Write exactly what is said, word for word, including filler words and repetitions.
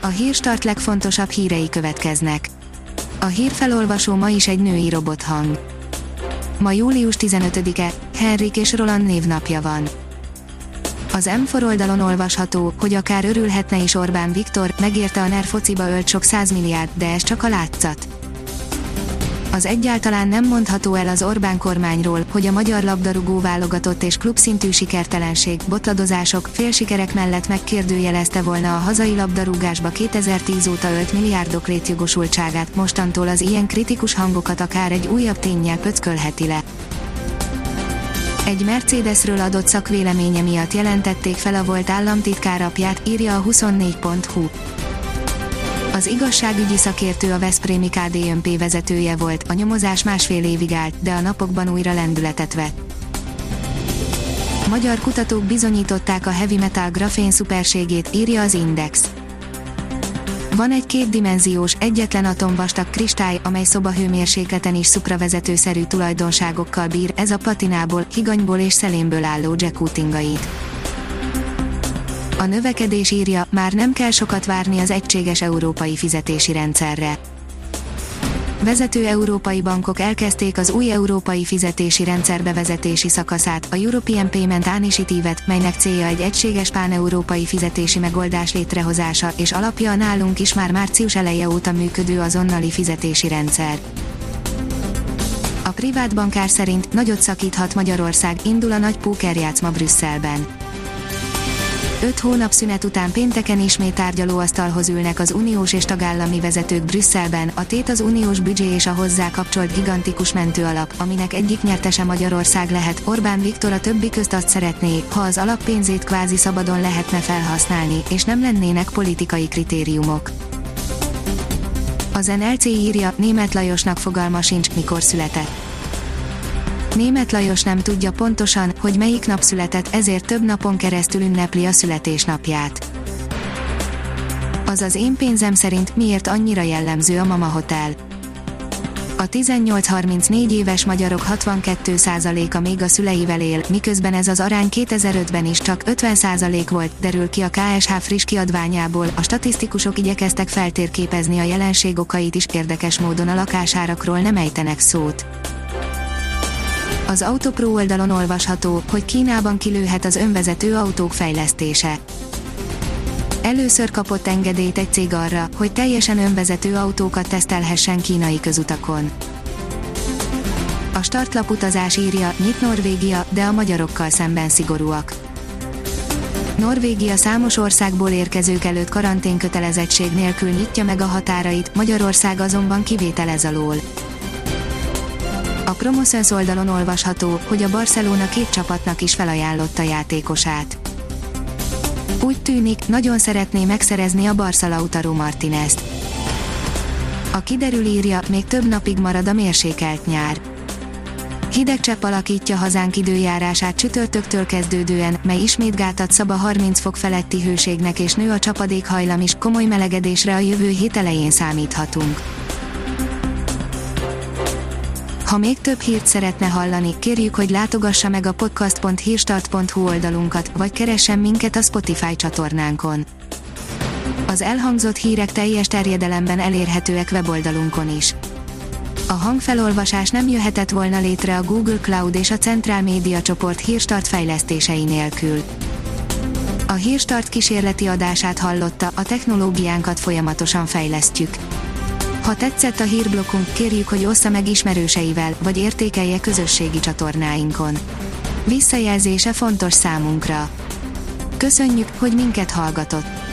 A Hírstart legfontosabb hírei következnek. A hírfelolvasó ma is egy női robothang. Ma július tizenötödike, Henrik és Roland névnapja van. Az M négy oldalon olvasható, hogy akár örülhetne is Orbán Viktor, megérte a NER fociba ölt sok százmilliárd, de ez csak a látszat. Az egyáltalán nem mondható el az Orbán kormányról, hogy a magyar labdarúgó válogatott és klubszintű sikertelenség, botladozások, félsikerek mellett megkérdőjelezte volna a hazai labdarúgásba kétezer-tíz óta ölt milliárdok létjogosultságát, mostantól az ilyen kritikus hangokat akár egy újabb ténnyel pöckölheti le. Egy Mercedesről adott szakvéleménye miatt jelentették fel a volt államtitkár apját, írja a huszonnégy pont hu. Az igazságügyi szakértő a veszprémi ká dé en pé vezetője volt, a nyomozás másfél évig állt, de a napokban újra lendületet vett. Magyar kutatók bizonyították a heavy metal grafén szuperségét, írja az Index. Van egy kétdimenziós, egyetlen atomvastag kristály, amely szobahőmérsékleten is szupravezetőszerű tulajdonságokkal bír, ez a platinából, higanyból és szelénből álló jackoutingait. A növekedés írja, már nem kell sokat várni az egységes európai fizetési rendszerre. Vezető európai bankok elkezdték az új európai fizetési rendszer bevezetési szakaszát, a European Payment Initiative-et, melynek célja egy egységes pán-európai fizetési megoldás létrehozása, és alapja a nálunk is már március eleje óta működő azonnali fizetési rendszer. A privát bankár szerint nagyot szakíthat Magyarország, indul a nagy pókerjátszma Brüsszelben. Öt hónap szünet után pénteken ismét tárgyalóasztalhoz ülnek az uniós és tagállami vezetők Brüsszelben, a tét az uniós büdzsé és a hozzá kapcsolt gigantikus mentőalap, aminek egyik nyertese Magyarország lehet. Orbán Viktor a többi közt azt szeretné, ha az alappénzét kvázi szabadon lehetne felhasználni, és nem lennének politikai kritériumok. Az en el cé írja, Németh Lajosnak fogalma sincs, mikor született. Németh Lajos nem tudja pontosan, hogy melyik nap született, ezért több napon keresztül ünnepli a születésnapját. Az az én pénzem szerint miért annyira jellemző a Mama Hotel. A tizennyolc-harmincnégy éves magyarok hatvankét százaléka még a szüleivel él, miközben ez az arány kétezer-ötben is csak ötven százalék volt, derül ki a ká es há friss kiadványából. A statisztikusok igyekeztek feltérképezni a jelenség okait is, érdekes módon a lakásárakról nem ejtenek szót. Az Autopro oldalon olvasható, hogy Kínában kilőhet az önvezető autók fejlesztése. Először kapott engedélyt egy cég arra, hogy teljesen önvezető autókat tesztelhessen kínai közutakon. A startlap utazás írja, nyit Norvégia, de a magyarokkal szemben szigorúak. Norvégia számos országból érkezők előtt karanténkötelezettség nélkül nyitja meg a határait, Magyarország azonban kivétel ez alól. A Promoszöns oldalon olvasható, hogy a Barcelona két csapatnak is felajánlotta játékosát. Úgy tűnik, nagyon szeretné megszerezni a Barca Lautaro Martínezt. A kiderül írja, még több napig marad a mérsékelt nyár. Hideg csepp alakítja hazánk időjárását csütörtöktől kezdődően, mely ismét gátat szab a harminc fok feletti hőségnek és nő a csapadékhajlam is, komoly melegedésre a jövő hét elején számíthatunk. Ha még több hírt szeretne hallani, kérjük, hogy látogassa meg a podcast pont hírstart pont hu oldalunkat, vagy keressen minket a Spotify csatornánkon. Az elhangzott hírek teljes terjedelemben elérhetőek weboldalunkon is. A hangfelolvasás nem jöhetett volna létre a Google Cloud és a Centrál Média csoport Hírstart fejlesztései nélkül. A Hírstart kísérleti adását hallotta, a technológiánkat folyamatosan fejlesztjük. Ha tetszett a hírblokkunk, kérjük, hogy ossza meg ismerőseivel, vagy értékelje közösségi csatornáinkon. Visszajelzése fontos számunkra. Köszönjük, hogy minket hallgatott!